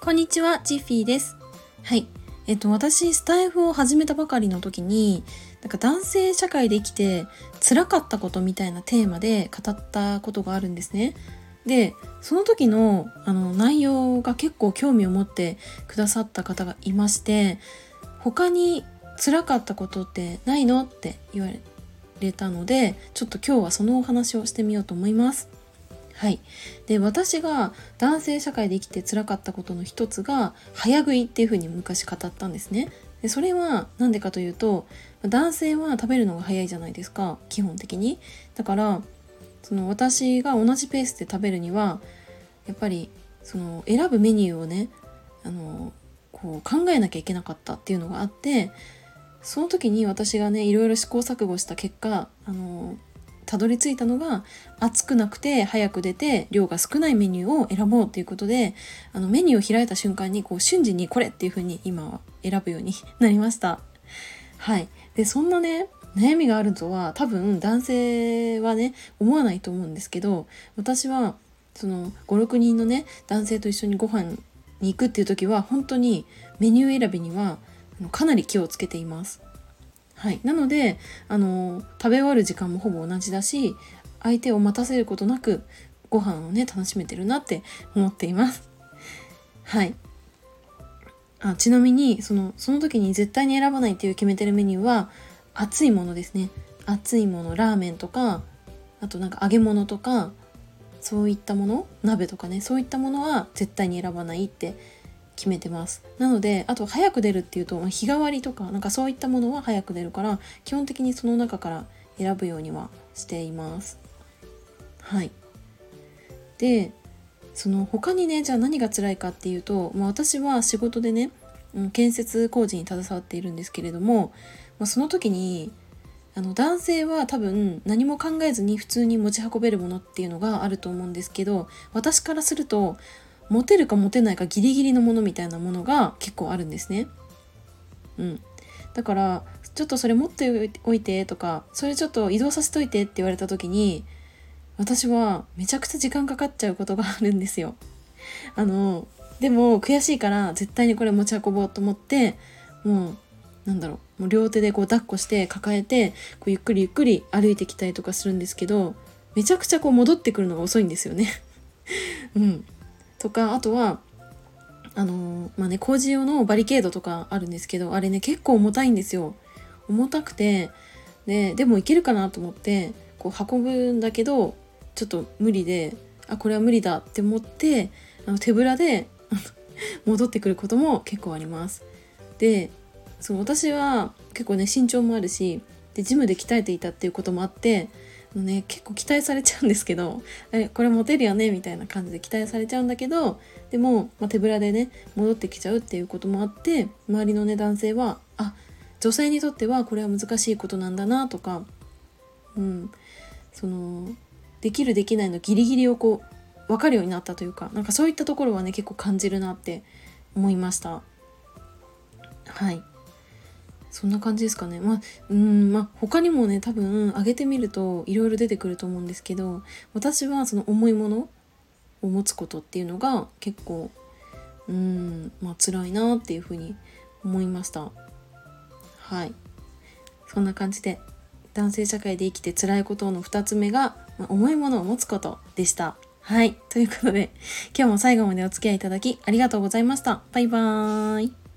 こんにちは、ジッフィーです。はい。私、スタイフを始めたばかりの時に、男性社会で生きて辛かったことみたいなテーマで語ったことがあるんですね。で、その時の内容が結構興味を持ってくださった方がいまして、他に辛かったことってないのって言われたので、ちょっと今日はそのお話をしてみようと思います。はい。で、私が男性社会で生きて辛かったことの一つが早食いっていう風に昔語ったんですね。で、それはなんでかというと、男性は食べるのが早いじゃないですか、基本的に。だから私が同じペースで食べるにはやっぱり選ぶメニューをねこう考えなきゃいけなかったっていうのがあって、その時に私がねいろいろ試行錯誤した結果たどり着いたのが、熱くなくて早く出て量が少ないメニューを選ぼうということで、メニューを開いた瞬間に瞬時にこれっていう風に今は選ぶようになりました。はい。で、そんなね悩みがあるとは多分男性はね思わないと思うんですけど、私は5、6人のね男性と一緒にご飯に行くっていう時は本当にメニュー選びにはかなり気をつけています。はい、なので食べ終わる時間もほぼ同じだし、相手を待たせることなくご飯をね楽しめてるなって思っています。はい。ちなみにその時に絶対に選ばないっていう決めてるメニューは熱いものですね。熱いもの、ラーメンとか、あと揚げ物とか、そういったもの、鍋とかね、そういったものは絶対に選ばないって決めてます。なので、あと早く出るっていうと、日替わりとかそういったものは早く出るから、基本的にその中から選ぶようにはしています。はい。で、他にね、じゃあ何が辛いかっていうと、私は仕事でね、建設工事に携わっているんですけれども、その時に男性は多分何も考えずに普通に持ち運べるものっていうのがあると思うんですけど、私からすると持てるか持てないかギリギリのものみたいなものが結構あるんですね。だからちょっとそれ持っておいてとか、それちょっと移動させといてって言われた時に、私はめちゃくちゃ時間かかっちゃうことがあるんですよ。でも悔しいから絶対にこれ持ち運ぼうと思って、もう両手で抱っこして抱えてゆっくりゆっくり歩いてきたりとかするんですけど、めちゃくちゃ戻ってくるのが遅いんですよね。とか、あとは工事用のバリケードとかあるんですけど、あれね結構重たいんですよ。重たくて、でもいけるかなと思って運ぶんだけど、ちょっと無理で、これは無理だって思って手ぶらで戻ってくることも結構あります。で、私は結構ね身長もあるし、でジムで鍛えていたっていうこともあって結構期待されちゃうんですけど、これモテるよねみたいな感じで期待されちゃうんだけど、でも、手ぶらでね戻ってきちゃうっていうこともあって、周りのね男性は女性にとってはこれは難しいことなんだなとか、できるできないのギリギリを分かるようになったというか、そういったところはね結構感じるなって思いました。はい。そんな感じですかね。他にもね多分上げてみるといろいろ出てくると思うんですけど、私は重いものを持つことっていうのが結構辛いなっていうふうに思いました。はい。そんな感じで男性社会で生きて辛いことの2つ目が、重いものを持つことでした。はい。ということで今日も最後までお付き合いいただきありがとうございました。バイバーイ。